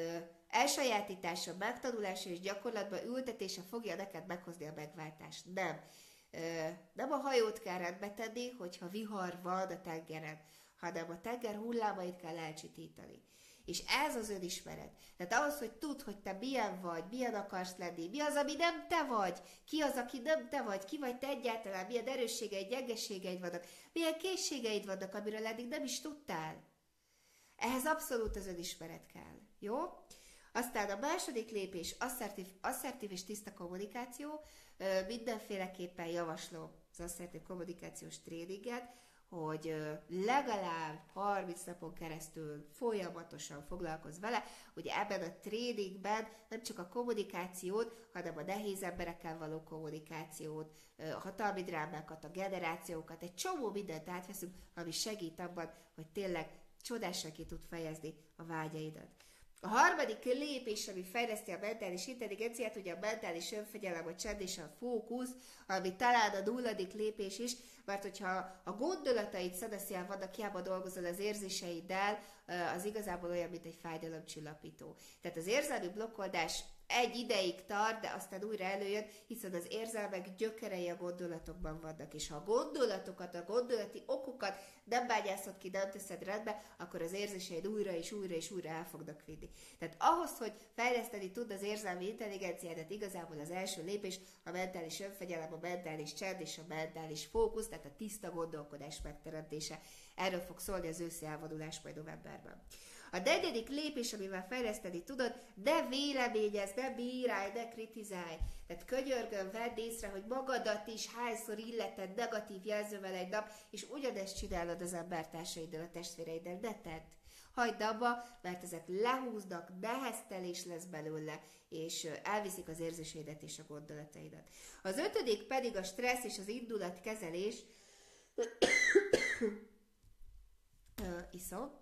elsajátítása, megtanulása és gyakorlatban ültetése fogja neked meghozni a megváltást. Nem. Nem a hajót kell rendbe tenni, hogyha vihar van a tengeren, hanem a tenger hullámait kell elcsitítani. És ez az önismeret. Tehát ahhoz, hogy tudd, hogy te milyen vagy, milyen akarsz lenni, mi az, ami nem te vagy, ki az, aki nem te vagy, ki vagy te egyáltalán, milyen erősségeid, gyengeségeid vannak, milyen készségeid vannak, amiről eddig nem is tudtál. Ehhez abszolút az önismeret kell. Jó? Aztán a második lépés, asszertív és tiszta kommunikáció. Mindenféleképpen javaslom az asszertív kommunikációs tréninget, hogy legalább 30 napon keresztül folyamatosan foglalkozz vele. Ugye ebben a tréningben nem csak a kommunikációt, hanem a nehéz emberekkel való kommunikációt, a hatalmi drámákat, a generációkat, egy csomó mindent átveszünk, ami segít abban, hogy tényleg csodásan ki tud fejezni a vágyaidat. A harmadik lépés, ami fejleszti a mentális intelligenciát, ugye a mentális önfegyelem, a csend és a fókusz, ami talán a 0. lépés is, mert hogyha a gondolataid szanaszél vannak, hiába dolgozol az érzéseiddel, az igazából olyan, mint egy fájdalomcsillapító. Tehát az érzelmi blokkolás egy ideig tart, de aztán újra előjön, hiszen az érzelmek gyökerei a gondolatokban vannak, és ha a gondolatokat, a gondolati okokat nem bányászod ki, nem teszed rendbe, akkor az érzéseid újra és újra és újra el fognak vinni. Tehát ahhoz, hogy fejleszteni tud az érzelmi intelligenciádat, igazából az első lépés a mentális önfegyelem, a mentális csend és a mentális fókusz, tehát a tiszta gondolkodás megteremtése. Erről fog szólni az őszi elvonulás majd novemberben. A 4. lépés, amivel fejleszteni tudod, de véleményezz, de bírálj, de kritizálj. Tehát könyörgön, vedd észre, hogy magadat is hányszor illeted negatív jelzővel egy nap, és ugyanezt csinálod az embertársaiddal, a testvéreiddel, de tedd. Hagyd abba, mert ezek lehúznak, neheztelés lesz belőle, és elviszik az érzéseidet és a gondolataidat. Az 5. pedig a stressz és az indulatkezelés. Iszom.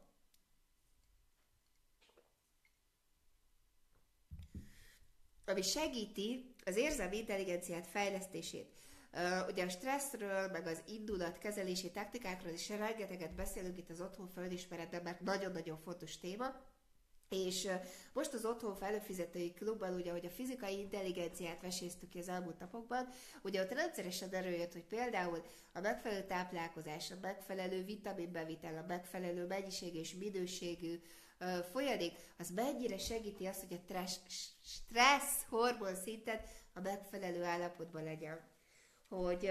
Ami segíti az érzelmi intelligenciát fejlesztését. Ugye a stresszről, meg az indulat kezelési taktikákról is rengeteget beszélünk itt az otthon felismeretben, mert nagyon-nagyon fontos téma. És most az otthon előfizetői klubban, ugye, hogy a fizikai intelligenciát veséztük ki az elmúlt napokban, ugye ott rendszeresen előjött, hogy például a megfelelő táplálkozás, a megfelelő vitaminbevitel, a megfelelő mennyiség és minőségű folyadék, az mennyire segíti azt, hogy a stressz hormon szintet a megfelelő állapotban legyen. Hogy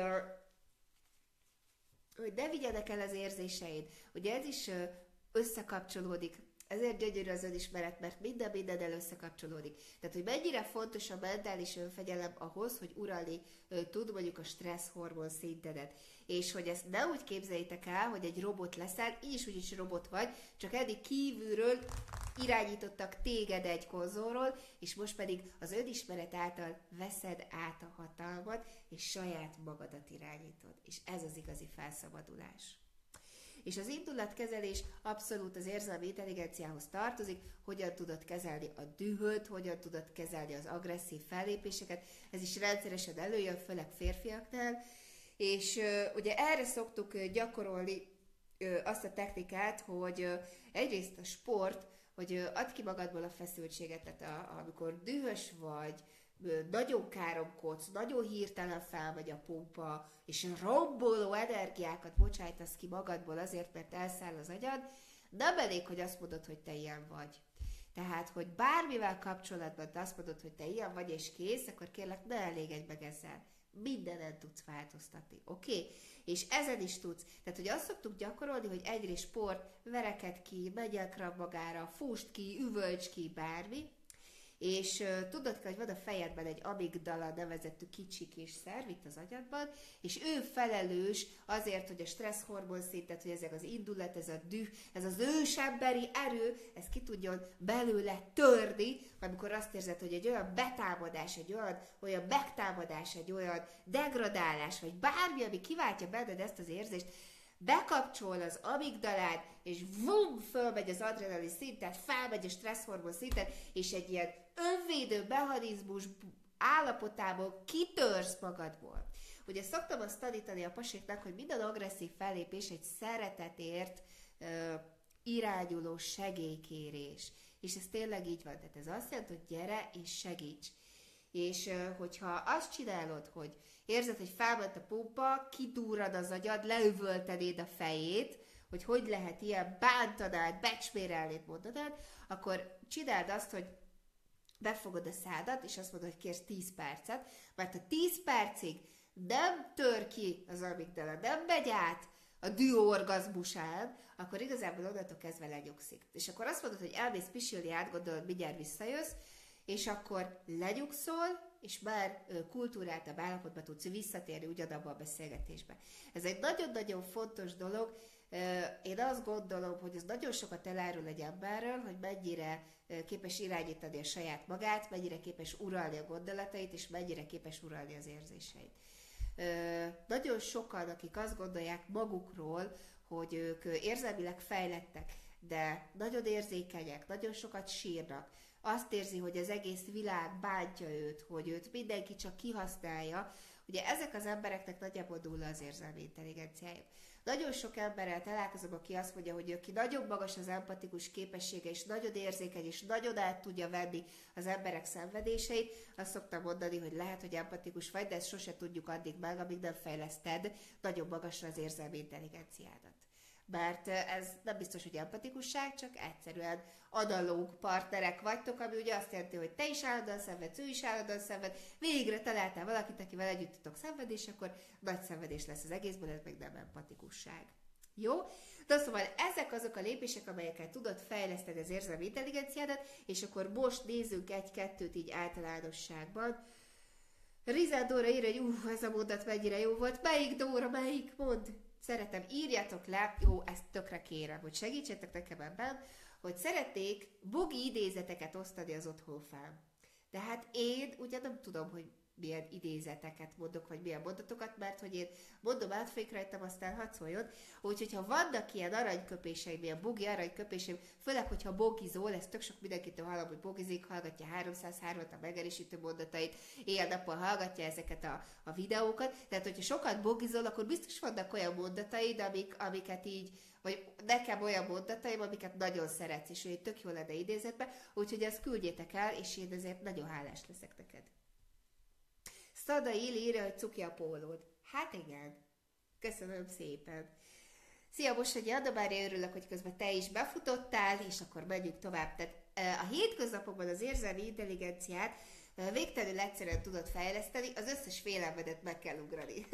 ne vigyenek el az érzéseid. Ugye ez is összekapcsolódik. Ezért gyönyörű az önismeret, mert mindennel összekapcsolódik. Tehát, hogy mennyire fontos a mentális önfegyelem ahhoz, hogy uralni tud mondjuk a stressz hormon szintedet. És hogy ezt ne úgy képzeljétek el, hogy egy robot leszel, így is úgyis robot vagy, csak eddig kívülről irányítottak téged egy konzolról, és most pedig az önismeret által veszed át a hatalmat, és saját magadat irányítod. És ez az igazi felszabadulás. És az indulatkezelés abszolút az érzelmi intelligenciához tartozik, hogyan tudod kezelni a dühöt, hogyan tudod kezelni az agresszív fellépéseket, ez is rendszeresen előjön, főleg férfiaknál, és ugye erre szoktuk gyakorolni azt a technikát, hogy egyrészt a sport, hogy add ki magadból a feszültséget, tehát amikor dühös vagy, nagyon káromkodsz, nagyon hirtelen felmegy a pumpa, és romboló energiákat bocsájtasz ki magadból azért, mert elszáll az agyad, nem elég, hogy azt mondod, hogy te ilyen vagy. Tehát, hogy bármivel kapcsolatban te azt mondod, hogy te ilyen vagy és kész, akkor kérlek, ne elégedj meg ezzel. Mindenen tudsz változtatni, oké? Okay? És ezen is tudsz. Tehát, hogy azt szoktuk gyakorolni, hogy egyrészt sport, vereked ki, menj el Krav Magára, fust ki, üvölts ki, bármi, és tudod, hogy van a fejedben egy amigdala nevezetű kicsi kis szerv itt az agyadban, és ő felelős azért, hogy a stresszhormon szintet, hogy ezek az indulat, ez a düh, ez az ősemberi erő, ez ki tudjon belőle törni, amikor azt érzed, hogy egy olyan betámadás, egy olyan megtámadás, egy olyan degradálás, vagy bármi, ami kiváltja benned ezt az érzést, bekapcsol az amigdalád, és vum, fölmegy az adrenalin szintet, felmegy a stresszhormon szintet, és egy ilyen önvédő mechanizmus állapotából kitörsz magadból. Ugye szoktam azt tanítani a pasiknak, hogy minden agresszív fellépés egy szeretetért irányuló segélykérés. És ez tényleg így van. Tehát ez azt jelenti, hogy gyere és segíts. És hogyha azt csinálod, hogy érzed, hogy felment a pumpa, kidúrad az agyad, leüvöltenéd a fejét, hogy lehet ilyen, bántanád, becsmérelnéd, mondanád, akkor csináld azt, hogy befogod a szádat, és azt mondod, hogy kérsz 10 percet, mert a 10 percig nem tör ki az amigdala, nem megy át a dühorgazmusán, akkor igazából onnantól kezdve lenyugszik. És akkor azt mondod, hogy elmész pisilni, átgondolod, mindjárt visszajössz, és akkor lenyugszol, és már kultúráltabb állapotba tudsz visszatérni ugyanabba a beszélgetésbe. Ez egy nagyon-nagyon fontos dolog. Én azt gondolom, hogy ez nagyon sokat elárul egy emberről, hogy mennyire képes irányítani a saját magát, mennyire képes uralni a gondolatait, és mennyire képes uralni az érzéseit. Nagyon sokan, akik azt gondolják magukról, hogy ők érzelmileg fejlettek, de nagyon érzékenyek, nagyon sokat sírnak, azt érzi, hogy az egész világ bántja őt, hogy őt mindenki csak kihasználja. Ugye ezek az embereknek nagyjából nulla az érzelmi intelligenciájuk. Nagyon sok emberrel találkozom, aki azt mondja, hogy ő ki nagyon magas az empatikus képessége, és nagyon érzékeny, és nagyon át tudja venni az emberek szenvedéseit. Azt szoktam mondani, hogy lehet, hogy empatikus vagy, de ezt sose tudjuk addig meg, amíg nem fejleszted nagyon magasra az érzelmi intelligenciádat. Mert ez nem biztos, hogy empatikusság, csak egyszerűen analóg partnerek vagytok, ami ugye azt jelenti, hogy te is állandóan szenvedsz, ő is állandóan szenved, végre találtál valakit, akivel együtt tudtok szenvedni, és akkor nagy szenvedés lesz az egészből, ez meg nem empatikusság. Jó? De szóval ezek azok a lépések, amelyekkel tudod fejleszteni az érzelmi intelligenciádat, és akkor most nézzünk egy-kettőt így általánosságban. Rizán Dóra írja, hogy ez a mondat mennyire jó volt. Melyik Dóra, melyik mond? Szeretem, írjátok le, jó, ezt tökre kérem, hogy segítsetek nekem ebben, hogy szeretnék bogi idézeteket osztani az otthonfám. De hát én ugye nem tudom, hogy milyen idézeteket mondok, vagy milyen mondatokat, mert hogy én mondom, átfolyik rajtam, aztán hadd szóljon. Úgyhogy ha vannak ilyen aranyköpéseim, ilyen bogi aranyköpéseim, főleg, hogyha bogizol, ezt tök sok mindenkitől hallom, hogy bogizik, hallgatja 303-at, a megerősítő mondatait, éjjel-nappal hallgatja ezeket a videókat. Tehát, hogyha sokat bogizol, akkor biztos vannak olyan mondataid, amiket így, vagy nekem olyan mondataim, amiket nagyon szeretsz, és hogy tök jó lenne idézetbe, úgyhogy ezt küldjétek el, és én ezért nagyon hálás leszek neked. Szada Illi írja, hogy cuki a pólód. Hát igen. Köszönöm szépen. Szia, Bosogyi Anna, bár örülök, hogy közben te is befutottál, és akkor megyünk tovább. Tehát a hétköznapokban az érzelmi intelligenciát végtelenül egyszerűen tudod fejleszteni, az összes félelmedet meg kell ugrani.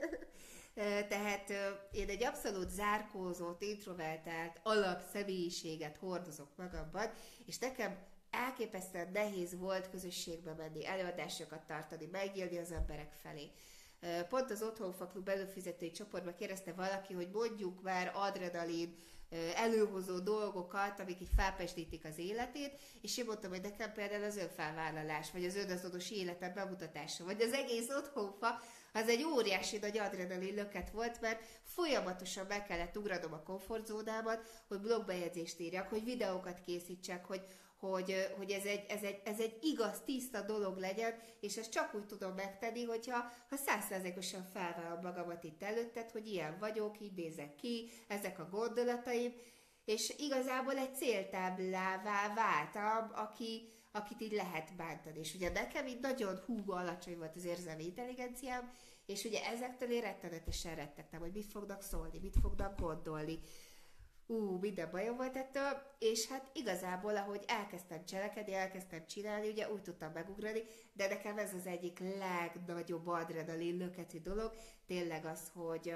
Tehát én egy abszolút zárkózott, introvertált alapszemélyiséget hordozok magamban, és nekem elképesztően nehéz volt közösségbe menni, előadásokat tartani, megnyílni az emberek felé. Pont az Otthonfa Klub előfizetői csoportban kérdezte valaki, hogy mondjuk már adrenalin előhozó dolgokat, amik így felpestítik az életét, és én mondtam, hogy nekem például az önfelvállalás, vagy az önazonos életem bemutatása, vagy az egész Otthonfa, az egy óriási nagy adrenalin löket volt, mert folyamatosan meg kellett ugranom a komfortzónámat, hogy blogbejegyzést írjak, hogy videókat készítsek, hogy ez egy igaz, tiszta dolog legyen, és ezt csak úgy tudom megtenni, hogyha 100%-osan felvállalom magamat itt előtted, hogy ilyen vagyok, így nézek ki, ezek a gondolataim, és igazából egy céltáblává váltam, akit így lehet bántani. És ugye nekem így nagyon alacsony volt az érzelmi intelligenciám, és ugye ezektől én rettenetesen rettegtem, hogy mit fognak szólni, mit fognak gondolni. Minden bajom volt ettől, és hát igazából, ahogy elkezdtem cselekedni, elkezdtem csinálni, ugye úgy tudtam megugrani, de nekem ez az egyik legnagyobb adrenalin löketű dolog, tényleg az, hogy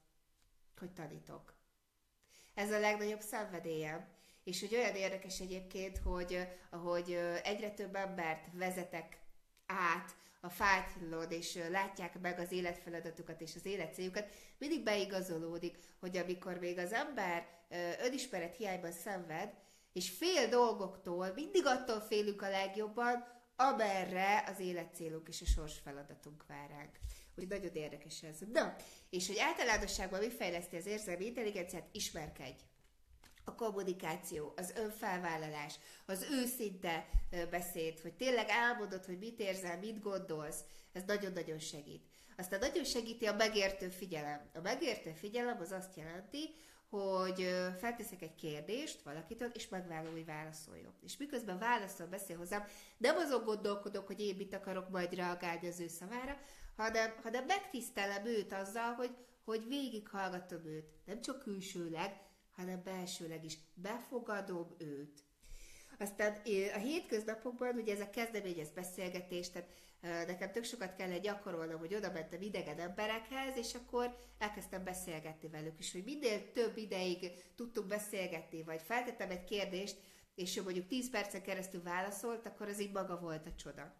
tanítok. Ez a legnagyobb szenvedélyem. És hogy olyan érdekes egyébként, hogy ahogy egyre több embert vezetek át a Fájtlon, és látják meg az életfeladatukat és az életcéljukat, mindig beigazolódik, hogy amikor még az ember önismeret hiányban szenved, és fél dolgoktól, mindig attól félünk a legjobban, amerre az életcélunk és a sorsfeladatunk vár ránk. Úgyhogy nagyon érdekes ez. Na, és hogy általánosságban mi fejleszti az érzelmi intelligenciát, ismerkedj. A kommunikáció, az önfelvállalás, az őszinte beszéd, hogy tényleg elmondod, hogy mit érzel, mit gondolsz, ez nagyon-nagyon segít. Aztán nagyon segíti a megértő figyelem. A megértő figyelem az azt jelenti, hogy felteszek egy kérdést valakitől, és megvárom, hogy válaszoljon. És miközben válaszol, beszél hozzám, nem azon gondolkodok, hogy én mit akarok majd reagálni az ő szavára, hanem megtisztelem őt azzal, hogy végighallgatom őt. Nem csak külsőleg, hanem belsőleg is. Befogadom őt. Aztán a hétköznapokban ugye ez a kezdeményez beszélgetés, tehát nekem tök sokat kellett gyakorolnom, hogy oda mentem idegen emberekhez, és akkor elkezdtem beszélgetni velük is, hogy minél több ideig tudtunk beszélgetni, vagy feltettem egy kérdést, és ő mondjuk 10 percen keresztül válaszolt, akkor az így maga volt a csoda.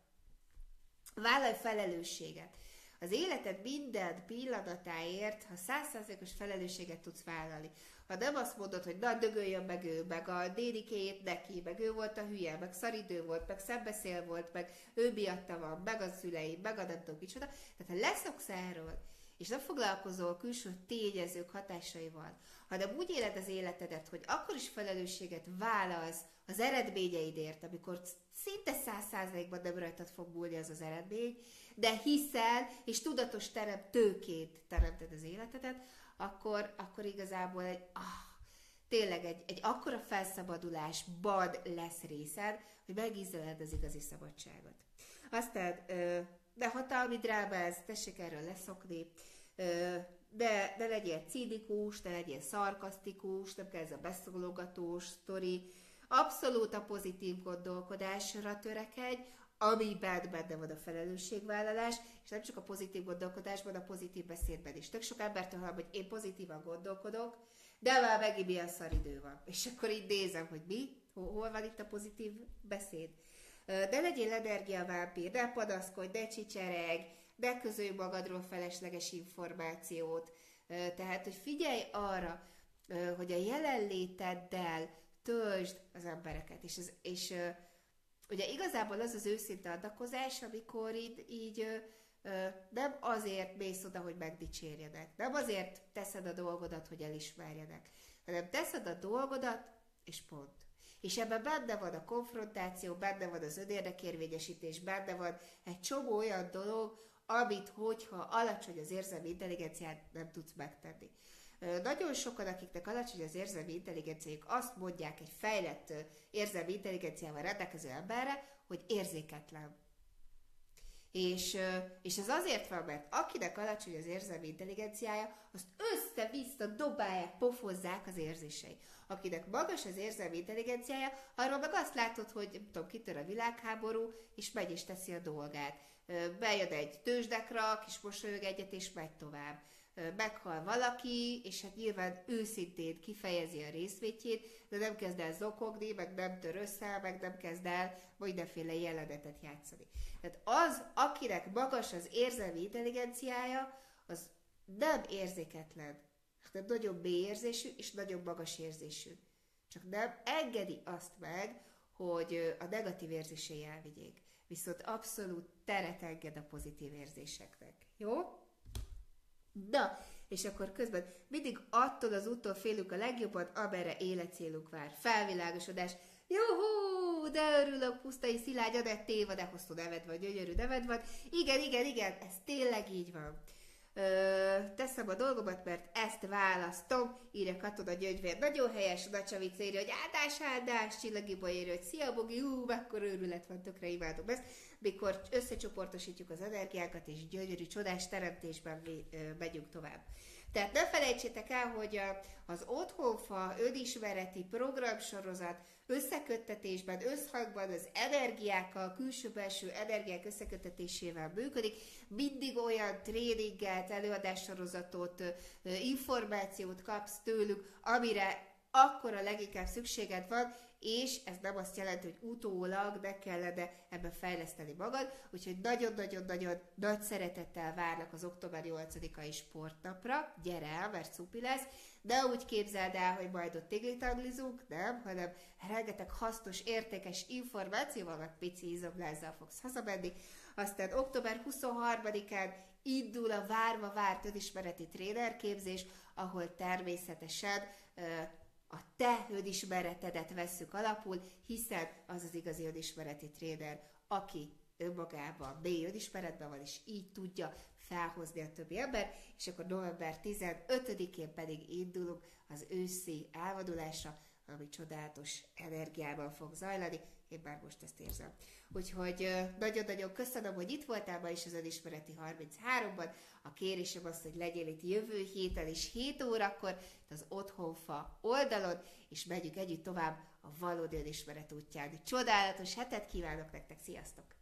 Vállalj felelősséget. Az életed minden pillanatáért, ha 100%-os felelősséget tudsz vállalni. Ha nem azt mondod, hogy na, dögöljön meg ő, meg a dédikéjét neki, meg ő volt a hülye, meg szaridő volt, meg szembeszél volt, meg ő miatta van, meg a szüleim, meg a nem tudom kicsoda. Tehát ha leszoksz erről, és nem foglalkozol külső tényezők hatásaival, hanem úgy éled az életedet, hogy akkor is felelősséget vállalsz az eredményeidért, amikor szinte 100%-ban nem rajtad fog múlni az az eredmény, de hiszel, és tudatos tőként teremted az életedet, akkor igazából tényleg egy akkora felszabadulásban lesz részed, hogy megízleled az igazi szabadságot. Aztán de hatalmi drámáz, tessék erről leszokni, de legyél cinikus, ne legyél szarkasztikus, nem kell ez a beszólogatós sztori, abszolút a pozitív gondolkodásra törekedj, amiben benne van a felelősségvállalás, és nem csak a pozitív gondolkodásban, a pozitív beszédben is. Tök sok embertől hallom, hogy én pozitívan gondolkodok, de már megint milyen szaridő van. És akkor így nézem, hogy mi? Hol van itt a pozitív beszéd? De legyél energiavámpír, ne panaszkodj, ne csicsereg, ne közölj magadról felesleges információt. Tehát, hogy figyelj arra, hogy a jelenléteddel töltsd az embereket. És ugye igazából az őszinte adakozás, amikor így nem azért mész oda, hogy megdicsérjenek, nem azért teszed a dolgodat, hogy elismerjenek, hanem teszed a dolgodat, és pont. És ebben benne van a konfrontáció, benne van az önérdekérvényesítés, benne van egy csomó olyan dolog, amit, hogyha alacsony az érzelmi intelligenciát, nem tudsz megtenni. Nagyon sokan, akiknek alacsony az érzelmi intelligenciájuk, azt mondják egy fejlett érzelmi intelligenciával rendelkező emberre, hogy érzéketlen. És ez azért van, mert akinek alacsony az érzelmi intelligenciája, azt össze-vissza dobálják, pofozzák az érzései. Akinek magas az érzelmi intelligenciája, arról meg azt látod, hogy nem tudom, kitör a világháború, és megy és teszi a dolgát. Bejön egy tőzsdekra, kis mosolyog egyet, és megy tovább. Meghal valaki, és hát nyilván őszintén kifejezi a részvétjét, de nem kezd el zokogni, meg nem tör össze, meg nem kezd el mindenféle jelenetet játszani. Tehát az, akinek magas az érzelmi intelligenciája, az nem érzéketlen, hanem nagyon mély érzésű és nagyon magas érzésű. Csak nem engedi azt meg, hogy a negatív érzései elvigyék. Viszont abszolút teret enged a pozitív érzéseknek. Jó? Na, és akkor közben mindig attól az úttól félünk a legjobban, amerre életcélunk vár. Felvilágosodás. Juhú, de örülök, pusztai Szilágy, de téva, de hosszú neved van, gyönyörű neved van. Igen, ez tényleg így van. teszem a dolgomat, mert ezt választom, írja Katona Gyöngyvér. Nagyon helyes, Dacsavic írja, hogy áldás, Csillagiba írja, hogy szia Bogi, mekkora őrület van, tökre imádom ezt, mikor összecsoportosítjuk az energiákat, és gyönyörű, csodás teremtésben megyünk tovább. Tehát ne felejtsétek el, hogy az Otthonfa önismereti programsorozat összeköttetésben, összhangban az energiákkal, külső-belső energiák összeköttetésével működik. Mindig olyan tréninget, előadássorozatot, információt kapsz tőlük, amire akkor a leginkább szükséged van, és ez nem azt jelenti, hogy utólag ne kellene ebben fejleszteni magad, úgyhogy nagyon-nagyon-nagyon nagy szeretettel várnak az október 8-ai sportnapra, gyere el, mert szupi lesz, de úgy képzeld el, hogy majd ott tiglitaglizunk, nem, hanem rengeteg hasznos, értékes információval, meg pici izomlázzal fogsz hazamenni. Aztán október 23-án indul a várva várt önismereti trénerképzés, ahol természetesen a te önismeretedet vesszük alapul, hiszen az az igazi önismereti tréner, aki önmagában mély önismeretben van, és így tudja felhozni a többi ember, és akkor november 15-én pedig indulunk az őszi elvonulásra, ami csodálatos energiával fog zajlani, én már most ezt érzem. Úgyhogy nagyon-nagyon köszönöm, hogy itt voltál ma is az Önismereti 33-ban. A kérésem az, hogy legyél itt jövő héten is 7 órakor az Otthonfa oldalon, és megyünk együtt tovább a valódi önismeret útján. Csodálatos hetet kívánok nektek, sziasztok!